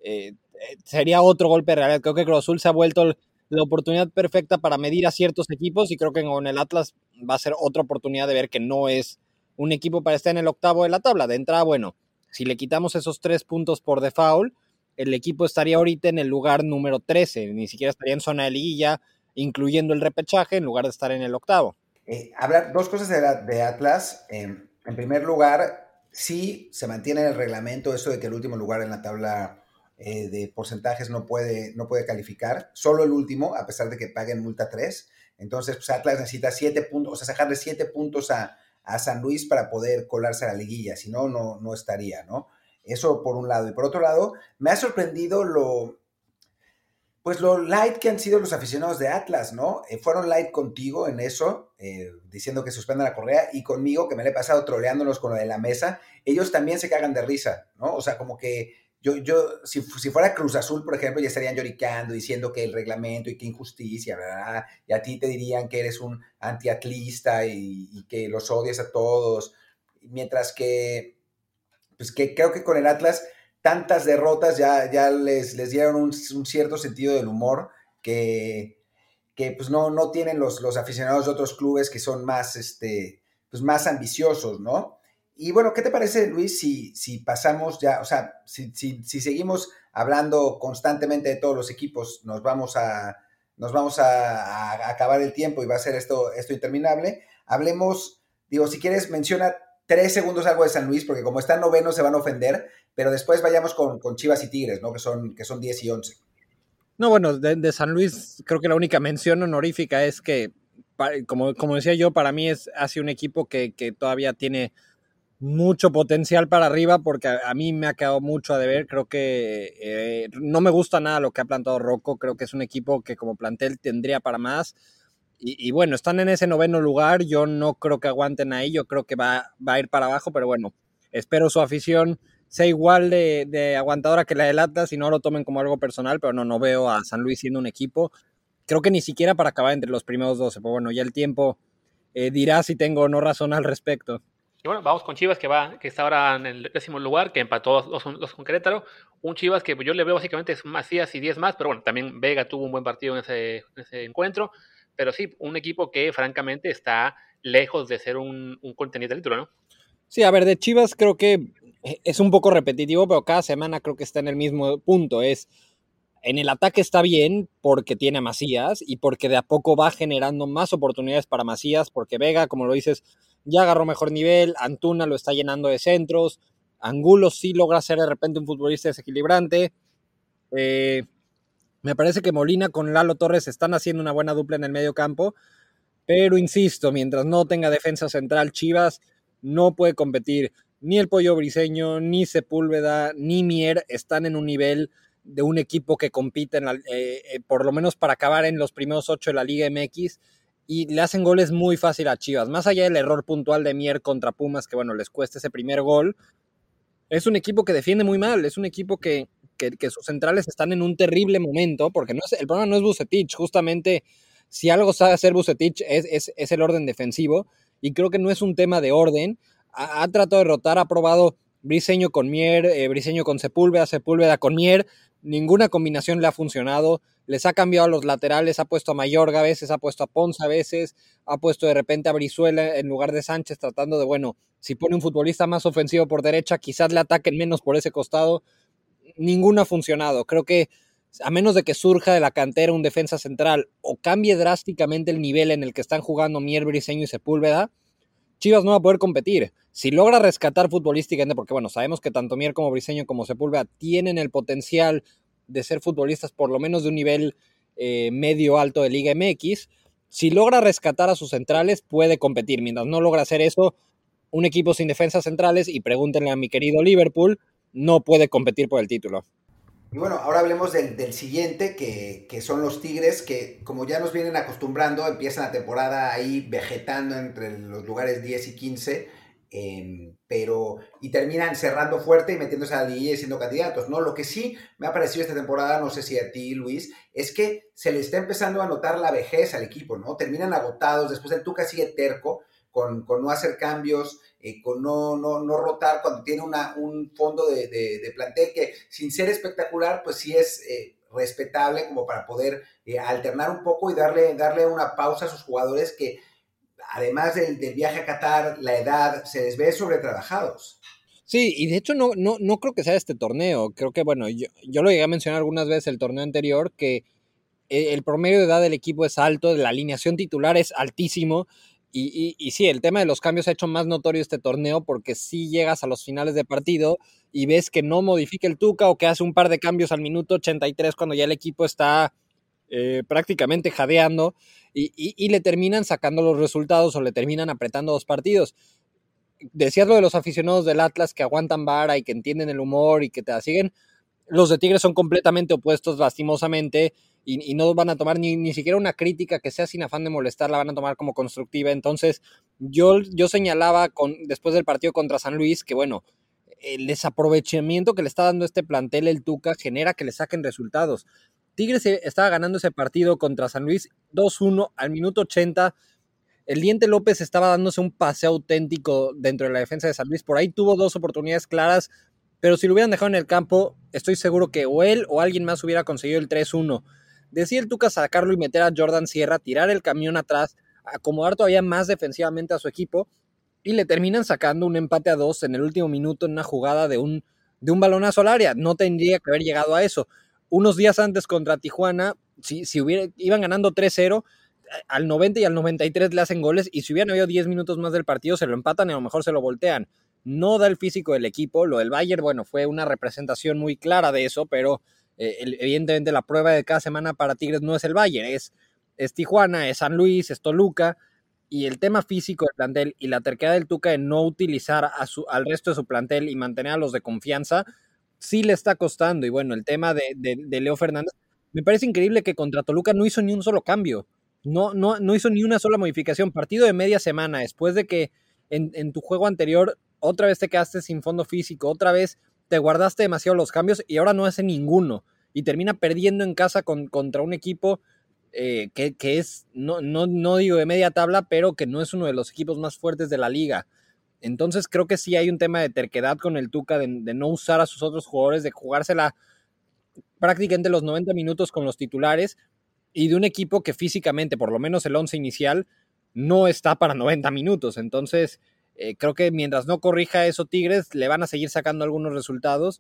sería otro golpe de realidad. Creo que Cruz Azul se ha vuelto la oportunidad perfecta para medir a ciertos equipos, y creo que con el Atlas va a ser otra oportunidad de ver que no es un equipo para estar en el octavo de la tabla. De entrada, bueno, si le quitamos esos 3 puntos por default, el equipo estaría ahorita en el lugar número 13, ni siquiera estaría en zona de liguilla, incluyendo el repechaje, en lugar de estar en el octavo. Hablar dos cosas de Atlas. En primer lugar, sí se mantiene en el reglamento eso de que el último lugar en la tabla de porcentajes no puede calificar, solo el último, a pesar de que paguen multa 3. Entonces, pues Atlas necesita 7 puntos, o sea, sacarle 7 puntos a San Luis para poder colarse a la liguilla, si no, no estaría, ¿no? Eso por un lado. Y por otro lado, me ha sorprendido lo light que han sido los aficionados de Atlas, ¿no? Fueron light contigo en eso, diciendo que suspendan a Correa, y conmigo, que me le he pasado troleándolos con lo de la mesa. Ellos también se cagan de risa, ¿no? O sea, como que si fuera Cruz Azul, por ejemplo, ya estarían lloricando, diciendo que el reglamento y qué injusticia, ¿verdad? Y a ti te dirían que eres un antiatlista y que los odias a todos. Mientras que, pues que creo que con el Atlas tantas derrotas ya les dieron un cierto sentido del humor que pues no tienen los aficionados de otros clubes que son más, pues más ambiciosos, ¿no? Y bueno, ¿qué te parece, Luis, si pasamos ya, o sea, si seguimos hablando constantemente de todos los equipos, nos vamos a acabar el tiempo y va a ser esto interminable? Hablemos, digo, si quieres, menciona 3 segundos algo de San Luis, porque como están novenos se van a ofender, pero después vayamos con Chivas y Tigres, ¿no? Que son 10 y 11. No, bueno, de San Luis creo que la única mención honorífica es que, como decía yo, para mí ha sido un equipo que todavía tiene mucho potencial para arriba, porque a mí me ha quedado mucho a deber. Creo que no me gusta nada lo que ha plantado Rocco. Creo que es un equipo que como plantel tendría para más. Y bueno, están en ese 9º lugar. Yo no creo que aguanten ahí. Yo creo que va a ir para abajo, pero bueno, espero su afición sea igual de aguantadora que la del Atlas y no lo tomen como algo personal, pero no veo a San Luis siendo un equipo, creo que ni siquiera para acabar entre los primeros 12, pero bueno, ya el tiempo dirá si tengo o no razón al respecto. Y bueno, vamos con Chivas, que está ahora en el 10º lugar, que empató dos con Querétaro. Un Chivas que yo le veo básicamente es Macías y 10 más, pero bueno, también Vega tuvo un buen partido en ese encuentro. Pero sí, un equipo que francamente está lejos de ser un contendiente de título, ¿no? Sí, a ver, de Chivas creo que es un poco repetitivo, pero cada semana creo que está en el mismo punto. En el ataque está bien porque tiene a Macías y porque de a poco va generando más oportunidades para Macías, porque Vega, como lo dices, ya agarró mejor nivel, Antuna lo está llenando de centros, Angulo sí logra ser de repente un futbolista desequilibrante. Me parece que Molina con Lalo Torres están haciendo una buena dupla en el medio campo, pero insisto, mientras no tenga defensa central, Chivas no puede competir. Ni el Pollo Briseño, ni Sepúlveda, ni Mier están en un nivel de un equipo que compite por lo menos para acabar en los primeros 8 de la Liga MX, y le hacen goles muy fácil a Chivas. Más allá del error puntual de Mier contra Pumas, que bueno, les cuesta ese primer gol, es un equipo que defiende muy mal, es un equipo que sus centrales están en un terrible momento, porque el problema no es Vucetich, justamente si algo sabe hacer Vucetich es el orden defensivo, y creo que no es un tema de orden. Ha tratado de rotar, ha probado Briseño con Mier, Briseño con Sepúlveda, Sepúlveda con Mier, ninguna combinación le ha funcionado, les ha cambiado a los laterales, ha puesto a Mayorga a veces, ha puesto a Ponce a veces, ha puesto de repente a Brizuela en lugar de Sánchez, tratando de, bueno, si pone un futbolista más ofensivo por derecha, quizás le ataquen menos por ese costado. Ninguno ha funcionado. Creo que a menos de que surja de la cantera un defensa central o cambie drásticamente el nivel en el que están jugando Mier, Briseño y Sepúlveda, Chivas no va a poder competir. Si logra rescatar futbolísticamente, porque bueno, sabemos que tanto Mier como Briseño como Sepúlveda tienen el potencial de ser futbolistas por lo menos de un nivel medio alto de Liga MX, si logra rescatar a sus centrales puede competir. Mientras no logra hacer eso, un equipo sin defensas centrales, y pregúntenle a mi querido Liverpool, no puede competir por el título. Y bueno, ahora hablemos del siguiente, que son los Tigres, que como ya nos vienen acostumbrando, empiezan la temporada ahí vegetando entre los lugares 10 y 15, y terminan cerrando fuerte y metiéndose a la liguilla y siendo candidatos, ¿no? Lo que sí me ha parecido esta temporada, no sé si a ti, Luis, es que se le está empezando a notar la vejez al equipo, ¿no? Terminan agotados, después el Tuca sigue terco, con no hacer cambios, con no rotar cuando tiene un fondo de plantel que sin ser espectacular, pues sí es respetable como para poder alternar un poco y darle una pausa a sus jugadores que además del viaje a Qatar, la edad, se les ve sobretrabajados. Sí, y de hecho no creo que sea este torneo. Creo que, bueno, yo lo llegué a mencionar algunas veces el torneo anterior, que el promedio de edad del equipo es alto, la alineación titular es altísimo, y sí, el tema de los cambios ha hecho más notorio este torneo, porque si llegas a los finales de partido y ves que no modifica el Tuca o que hace un par de cambios al minuto 83 cuando ya el equipo está prácticamente jadeando, y le terminan sacando los resultados o le terminan apretando los partidos. Decías lo de los aficionados del Atlas que aguantan vara y que entienden el humor y que te la siguen. Los de Tigres son completamente opuestos, lastimosamente, y no van a tomar ni siquiera una crítica que sea sin afán de molestar, la van a tomar como constructiva. Entonces, yo señalaba después del partido contra San Luis que, bueno, el desaprovechamiento que le está dando este plantel el Tuca genera que le saquen resultados. Tigres estaba ganando ese partido contra San Luis 2-1 al minuto 80. El Diente López estaba dándose un paseo auténtico dentro de la defensa de San Luis. Por ahí tuvo 2 oportunidades claras, pero si lo hubieran dejado en el campo, estoy seguro que o él o alguien más hubiera conseguido el 3-1. Decía el Tuca sacarlo y meter a Jordan Sierra, tirar el camión atrás, acomodar todavía más defensivamente a su equipo, y le terminan sacando un empate a 2 en el último minuto en una jugada de un balonazo al área. No tendría que haber llegado a eso. Unos días antes contra Tijuana, si iban ganando 3-0, al 90 y al 93 le hacen goles, y si hubieran habido 10 minutos más del partido se lo empatan y a lo mejor se lo voltean. No da el físico del equipo. Lo del Bayern, bueno, fue una representación muy clara de eso, pero evidentemente la prueba de cada semana para Tigres no es el Bayern, es Tijuana, es San Luis, es Toluca, y el tema físico del plantel y la terquedad del Tuca de no utilizar al resto de su plantel y mantener a los de confianza, sí le está costando. Y bueno, el tema de Leo Fernández, me parece increíble que contra Toluca no hizo ni un solo cambio. No hizo ni una sola modificación. Partido de media semana, después de que en tu juego anterior otra vez te quedaste sin fondo físico, otra vez te guardaste demasiado los cambios y ahora no hace ninguno. Y termina perdiendo en casa contra un equipo que es, no digo de media tabla, pero que no es uno de los equipos más fuertes de la liga. Entonces creo que sí hay un tema de terquedad con el Tuca, de no usar a sus otros jugadores, de jugársela prácticamente los 90 minutos con los titulares y de un equipo que físicamente, por lo menos el 11 inicial, no está para 90 minutos. Entonces, creo que mientras no corrija eso Tigres, le van a seguir sacando algunos resultados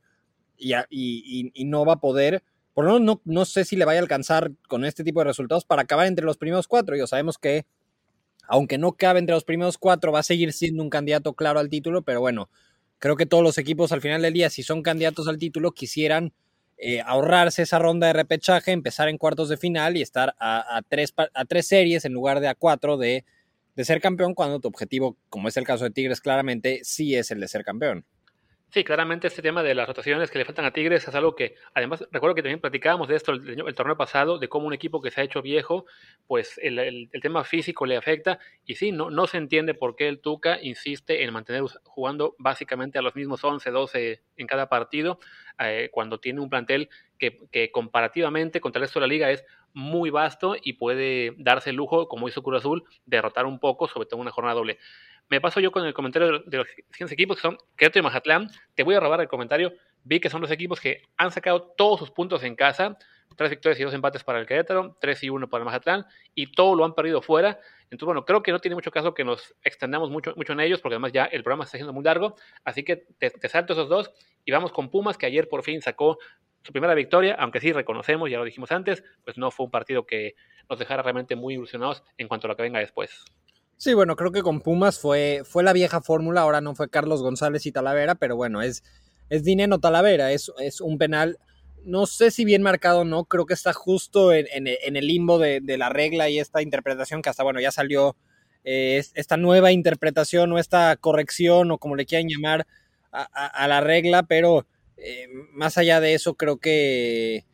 y no va a poder, por lo menos no sé si le vaya a alcanzar con este tipo de resultados para acabar entre los primeros 4. Y sabemos que, aunque no cabe entre los primeros 4, va a seguir siendo un candidato claro al título, pero bueno, creo que todos los equipos al final del día, si son candidatos al título, quisieran ahorrarse esa ronda de repechaje, empezar en cuartos de final y estar a tres series en lugar de a 4 de ser campeón, cuando tu objetivo, como es el caso de Tigres, claramente sí es el de ser campeón. Sí, claramente este tema de las rotaciones que le faltan a Tigres es algo que, además, recuerdo que también platicábamos de esto el torneo pasado, de cómo un equipo que se ha hecho viejo, pues el tema físico le afecta, y sí, no se entiende por qué el Tuca insiste en mantener jugando básicamente a los mismos 11, 12 en cada partido, cuando tiene un plantel que comparativamente contra el resto de la liga es muy vasto y puede darse el lujo, como hizo Cruz Azul, de derrotar un poco, sobre todo en una jornada doble. Me paso yo con el comentario de los siguientes equipos, que son Querétaro y Mazatlán. Te voy a robar el comentario. Vi que son los equipos que han sacado todos sus puntos en casa. 3 victorias y 2 empates para el Querétaro, 3 y 1 para el Mazatlán, y todo lo han perdido fuera. Entonces, bueno, creo que no tiene mucho caso que nos extendamos mucho en ellos, porque además ya el programa está siendo muy largo. Así que te salto esos dos y vamos con Pumas, que ayer por fin sacó su primera victoria, aunque sí reconocemos, ya lo dijimos antes, pues no fue un partido que nos dejara realmente muy ilusionados en cuanto a lo que venga después. Sí, bueno, creo que con Pumas fue la vieja fórmula, ahora no fue Carlos González y Talavera, pero bueno, es Dineno Talavera, es un penal, no sé si bien marcado o no, creo que está justo en el limbo de la regla y esta interpretación que hasta, bueno, ya salió esta nueva interpretación o esta corrección o como le quieran llamar a la regla, pero más allá de eso creo que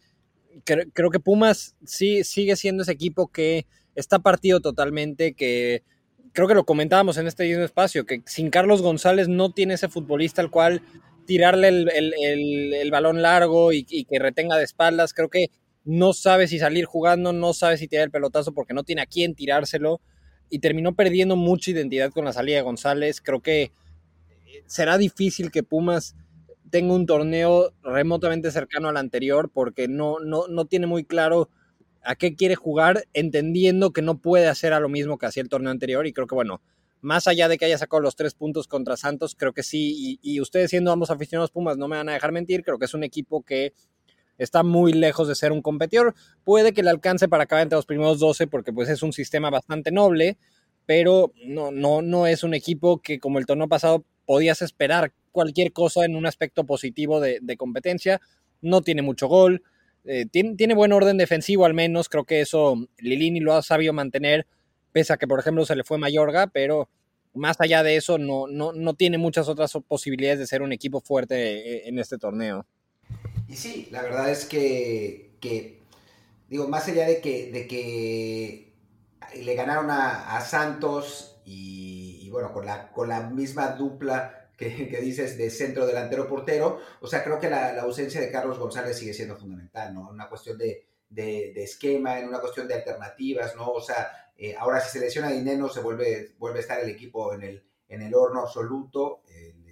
Pumas sí sigue siendo ese equipo que está partido totalmente, que creo que lo comentábamos en este mismo espacio, que sin Carlos González no tiene ese futbolista al cual tirarle el balón largo y que retenga de espaldas. Creo que no sabe si salir jugando, no sabe si tirar el pelotazo porque no tiene a quién tirárselo, y terminó perdiendo mucha identidad con la salida de González. Creo que será difícil que Pumas tenga un torneo remotamente cercano al anterior, porque no tiene muy claro a qué quiere jugar, entendiendo que no puede hacer a lo mismo que hacía el torneo anterior. Y creo que, bueno, más allá de que haya sacado los 3 puntos contra Santos, creo que sí, y ustedes siendo ambos aficionados Pumas no me van a dejar mentir, creo que es un equipo que está muy lejos de ser un competidor. Puede que le alcance para acabar entre los primeros 12, porque pues es un sistema bastante noble, pero no es un equipo que, como el torneo pasado, podías esperar cualquier cosa en un aspecto positivo de competencia. No tiene mucho gol, tiene buen orden defensivo al menos, creo que eso Lilini lo ha sabido mantener, pese a que por ejemplo se le fue Mayorga, pero más allá de eso no tiene muchas otras posibilidades de ser un equipo fuerte en este torneo. Y sí, la verdad es que digo, más allá de que le ganaron a Santos y bueno, con la misma dupla que dices de centro delantero portero, o sea, creo que la ausencia de Carlos González sigue siendo fundamental, ¿no? En una cuestión de esquema, en una cuestión de alternativas, ¿no? O sea, ahora si se lesiona Dineno se vuelve a estar el equipo en el horno absoluto,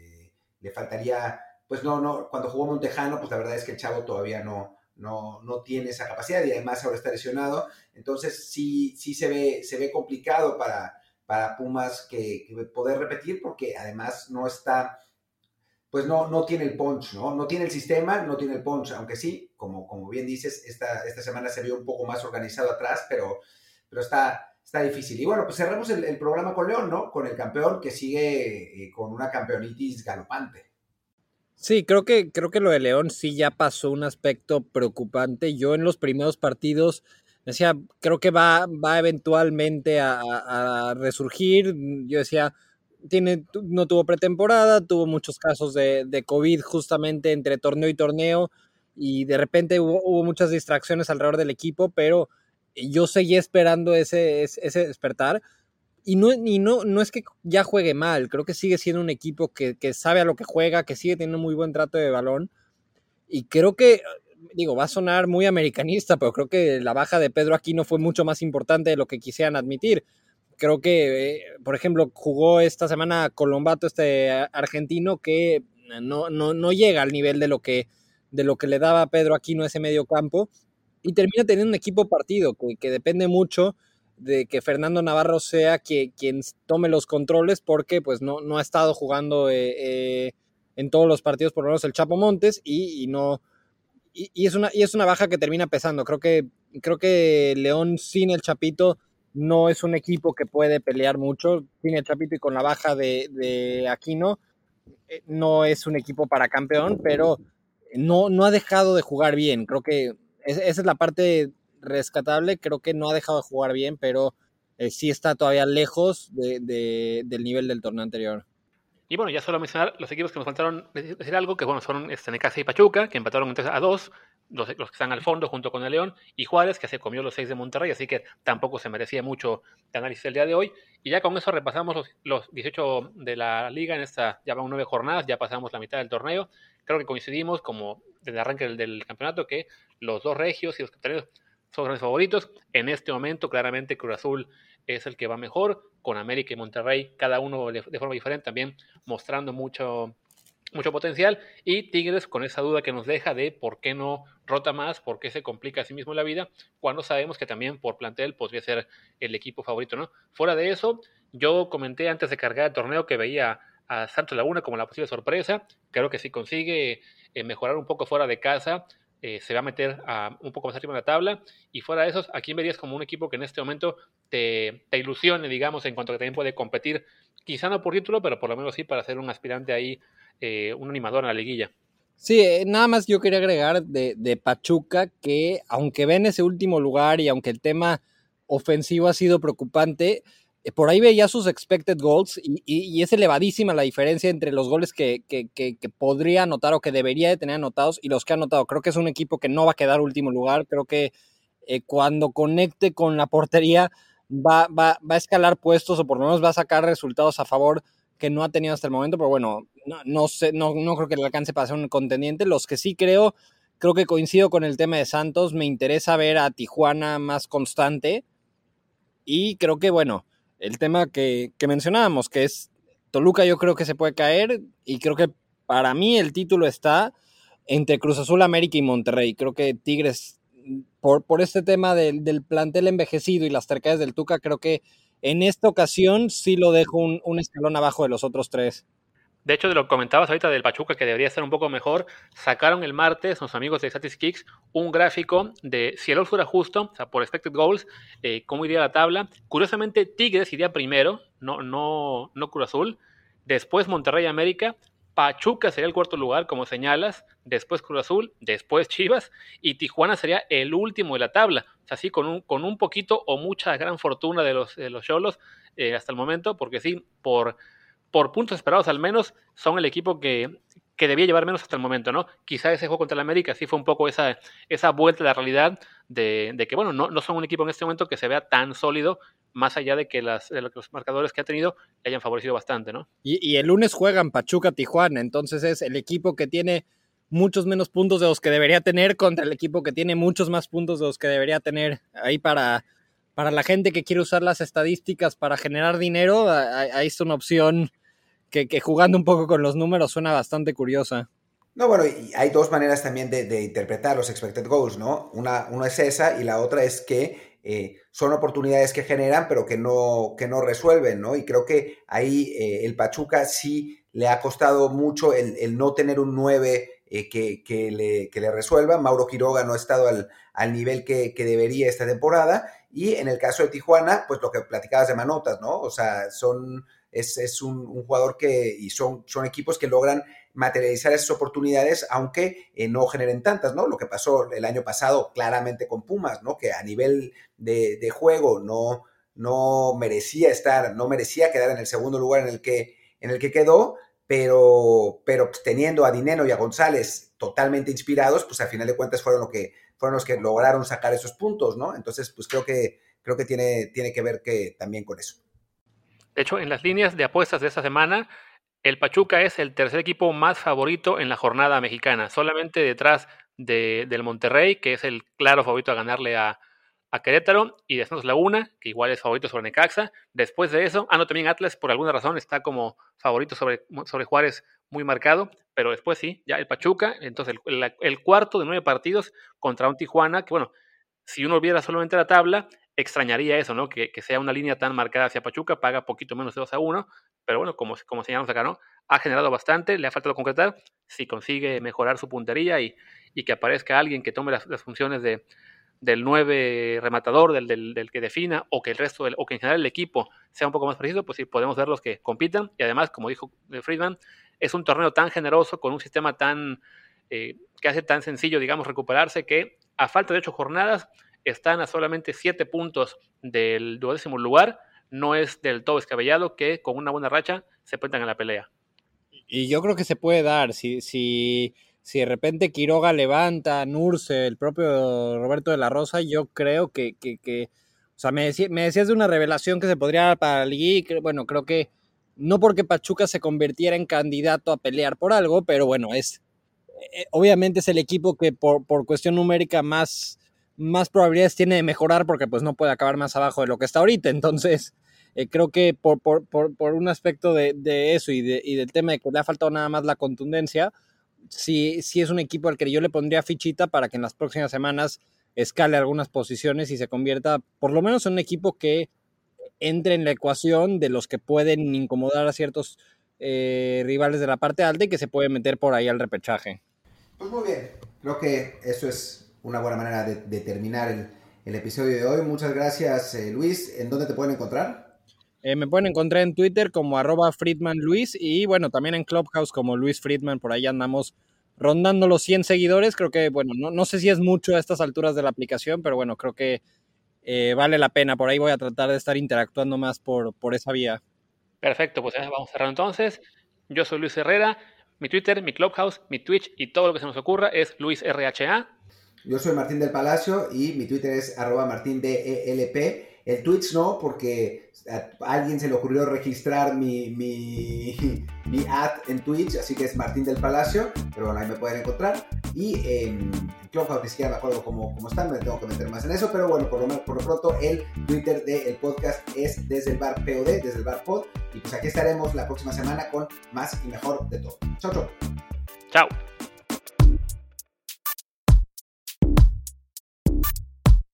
le faltaría, pues cuando jugó Montejano, pues la verdad es que el chavo todavía no tiene esa capacidad y además ahora está lesionado, entonces sí se ve complicado para Pumas que poder repetir, porque además no está, pues no tiene el punch, no tiene el sistema, no tiene el punch, aunque sí, como bien dices, esta semana se vio un poco más organizado atrás, pero está difícil. Y bueno, pues cerramos el programa con León, ¿no? Con el campeón que sigue con una campeonitis galopante. Sí, creo que lo de León sí ya pasó un aspecto preocupante. Yo en los primeros partidos decía, creo que va eventualmente a resurgir. Yo decía, no tuvo pretemporada, tuvo muchos casos de COVID justamente entre torneo y torneo, y de repente hubo muchas distracciones alrededor del equipo, pero yo seguía esperando ese despertar. Y no es que ya juegue mal, creo que sigue siendo un equipo que sabe a lo que juega, que sigue teniendo muy buen trato de balón, y creo que, digo, va a sonar muy americanista, pero creo que la baja de Pedro Aquino fue mucho más importante de lo que quisieran admitir. Creo que, por ejemplo, jugó esta semana Colombato, argentino, que no llega al nivel de lo que le daba a Pedro Aquino ese medio campo, y termina teniendo un equipo partido que depende mucho de que Fernando Navarro sea quien tome los controles, porque pues no ha estado jugando en todos los partidos, por lo menos el Chapo Montes, y es una baja que termina pesando. Creo que León sin el Chapito no es un equipo que puede pelear mucho. Sin el Chapito y con la baja de Aquino, no es un equipo para campeón, pero no ha dejado de jugar bien. Creo que esa es la parte rescatable. Creo que no ha dejado de jugar bien, pero sí está todavía lejos del nivel del torneo anterior. Y bueno, ya solo mencionar los equipos que nos faltaron decir algo, que bueno, son Necaxa y Pachuca, que empataron 3-2, los que están al fondo junto con el León, y Juárez, que se comió los 6 de Monterrey, así que tampoco se merecía mucho de análisis el día de hoy. Y ya con eso repasamos los 18 de la liga, ya van 9 jornadas, ya pasamos la mitad del torneo. Creo que coincidimos, como desde el arranque del campeonato, que los dos regios y los capitaneros son grandes favoritos. En este momento, claramente, Cruz Azul es el que va mejor, con América y Monterrey, cada uno de forma diferente, también mostrando mucho potencial, y Tigres con esa duda que nos deja de por qué no rota más, por qué se complica a sí mismo la vida, cuando sabemos que también por plantel podría ser el equipo favorito, ¿no? Fuera de eso, yo comenté antes de cargar el torneo que veía a Santos Laguna como la posible sorpresa. Creo que si consigue mejorar un poco fuera de casa, se va a meter un poco más arriba en la tabla, y fuera de esos, ¿a quién verías como un equipo que en este momento te ilusione, digamos, en cuanto a que también puede competir, quizá no por título, pero por lo menos sí para ser un aspirante ahí, un animador en la liguilla? Sí, nada más yo quería agregar de Pachuca que, aunque ven ese último lugar y aunque el tema ofensivo ha sido preocupante, por ahí veía sus expected goals y es elevadísima la diferencia entre los goles que podría anotar o que debería de tener anotados y los que ha anotado. Creo que es un equipo que no va a quedar último lugar. Creo que cuando conecte con la portería va a escalar puestos, o por lo menos va a sacar resultados a favor que no ha tenido hasta el momento, pero bueno, no sé, no creo que le alcance para ser un contendiente. Los que sí creo que coincido con el tema de Santos. Me interesa ver a Tijuana más constante, y creo que, bueno, el tema que mencionábamos, que es Toluca, yo creo que se puede caer, y creo que para mí el título está entre Cruz Azul, América y Monterrey. Creo que Tigres, por este tema del plantel envejecido y las tercas del Tuca, creo que en esta ocasión sí lo dejo un escalón abajo de los otros tres. De hecho, de lo que comentabas ahorita del Pachuca, que debería ser un poco mejor, sacaron el martes, los amigos de Statistics, un gráfico de si el odds fuera justo, o sea, por expected goals, cómo iría la tabla. Curiosamente, Tigres iría primero, no Cruz Azul, después Monterrey y América, Pachuca sería el cuarto lugar, como señalas, después Cruz Azul, después Chivas, y Tijuana sería el último de la tabla. O sea, sí, con un poquito o mucha gran fortuna de los Xolos hasta el momento, porque sí, por puntos esperados al menos, son el equipo que debía llevar menos hasta el momento, ¿no? Quizá ese juego contra el América sí fue un poco esa vuelta de la realidad de que, bueno, no son un equipo en este momento que se vea tan sólido, más allá de que los marcadores que ha tenido le hayan favorecido bastante, ¿no? Y el lunes juegan Pachuca-Tijuana, entonces es el equipo que tiene muchos menos puntos de los que debería tener contra el equipo que tiene muchos más puntos de los que debería tener. Ahí para la gente que quiere usar las estadísticas para generar dinero, ahí es una opción que jugando un poco con los números suena bastante curiosa. No, bueno, y hay dos maneras también de interpretar los expected goals, ¿no? Una es esa, y la otra es que son oportunidades que generan, pero que no resuelven, ¿no? Y creo que ahí el Pachuca sí le ha costado mucho el no tener un 9 que le resuelva. Mauro Quiroga no ha estado al nivel que debería esta temporada. Y en el caso de Tijuana, pues lo que platicabas de Manotas, ¿no? O sea, es un jugador y son equipos que logran materializar esas oportunidades, aunque no generen tantas, ¿no? Lo que pasó el año pasado claramente con Pumas, ¿no? Que a nivel de juego no merecía quedar en el segundo lugar en el que quedó, pero teniendo a Dineno y a González totalmente inspirados, pues al final de cuentas fueron los que lograron sacar esos puntos, ¿no? Entonces, pues creo que tiene que ver también con eso. De hecho, en las líneas de apuestas de esta semana, el Pachuca es el tercer equipo más favorito en la jornada mexicana, solamente detrás del Monterrey, que es el claro favorito a ganarle a a Querétaro y de Santos Laguna, que igual es favorito sobre Necaxa. Después de eso, también Atlas por alguna razón está como favorito sobre Juárez muy marcado, pero después sí, ya el Pachuca, entonces el cuarto de 9 partidos contra un Tijuana, que bueno, si uno viera solamente la tabla, extrañaría eso, ¿no? Que sea una línea tan marcada hacia Pachuca, paga poquito menos de 2-1, pero bueno, como señalamos acá, ¿no? Ha generado bastante, le ha faltado concretar, si consigue mejorar su puntería y que aparezca alguien que tome las funciones del 9 rematador, del que defina, o que el resto, o que en general el equipo sea un poco más preciso, pues sí, podemos ver los que compitan, y además, como dijo Friedman, es un torneo tan generoso, con un sistema tan, que hace tan sencillo, digamos, recuperarse, que a falta de 8 jornadas, están a solamente 7 puntos del 12º lugar, no es del todo descabellado que con una buena racha se metan en la pelea. Y yo creo que se puede dar, si de repente Quiroga levanta, Nurse, el propio Roberto de la Rosa, yo creo que o sea, me decías de una revelación que se podría dar para la Liga, bueno, creo que no porque Pachuca se convirtiera en candidato a pelear por algo, pero bueno, obviamente es el equipo que por cuestión numérica más probabilidades tiene de mejorar, porque pues no puede acabar más abajo de lo que está ahorita, entonces creo que por un aspecto de eso y del tema de que le ha faltado nada más la contundencia, sí es un equipo al que yo le pondría fichita para que en las próximas semanas escale algunas posiciones y se convierta por lo menos en un equipo que entre en la ecuación de los que pueden incomodar a ciertos rivales de la parte alta y que se puede meter por ahí al repechaje. Pues muy bien, creo que eso es una buena manera de terminar el episodio de hoy. Muchas gracias, Luis. ¿En dónde te pueden encontrar? Me pueden encontrar en Twitter como @FriedmanLuis y bueno, también en Clubhouse como Luis Friedman, por ahí andamos rondando los 100 seguidores, creo que bueno, no sé si es mucho a estas alturas de la aplicación, pero bueno, creo que vale la pena, por ahí voy a tratar de estar interactuando más por esa vía. Perfecto, pues vamos a cerrar entonces. Yo soy Luis Herrera, mi Twitter, mi Clubhouse, mi Twitch y todo lo que se nos ocurra es LuisRHA. Yo soy Martín del Palacio y mi Twitter es @MartinDelp. El Twitch no, porque a alguien se le ocurrió registrar mi ad en Twitch, así que es Martín del Palacio, pero bueno, ahí me pueden encontrar. Y en Clubhouse ni siquiera me acuerdo cómo están, me tengo que meter más en eso, pero bueno, por lo pronto el Twitter del podcast es desde el bar POD, desde el bar pod, y pues aquí estaremos la próxima semana con más y mejor de todo. Chau, chau. Chao.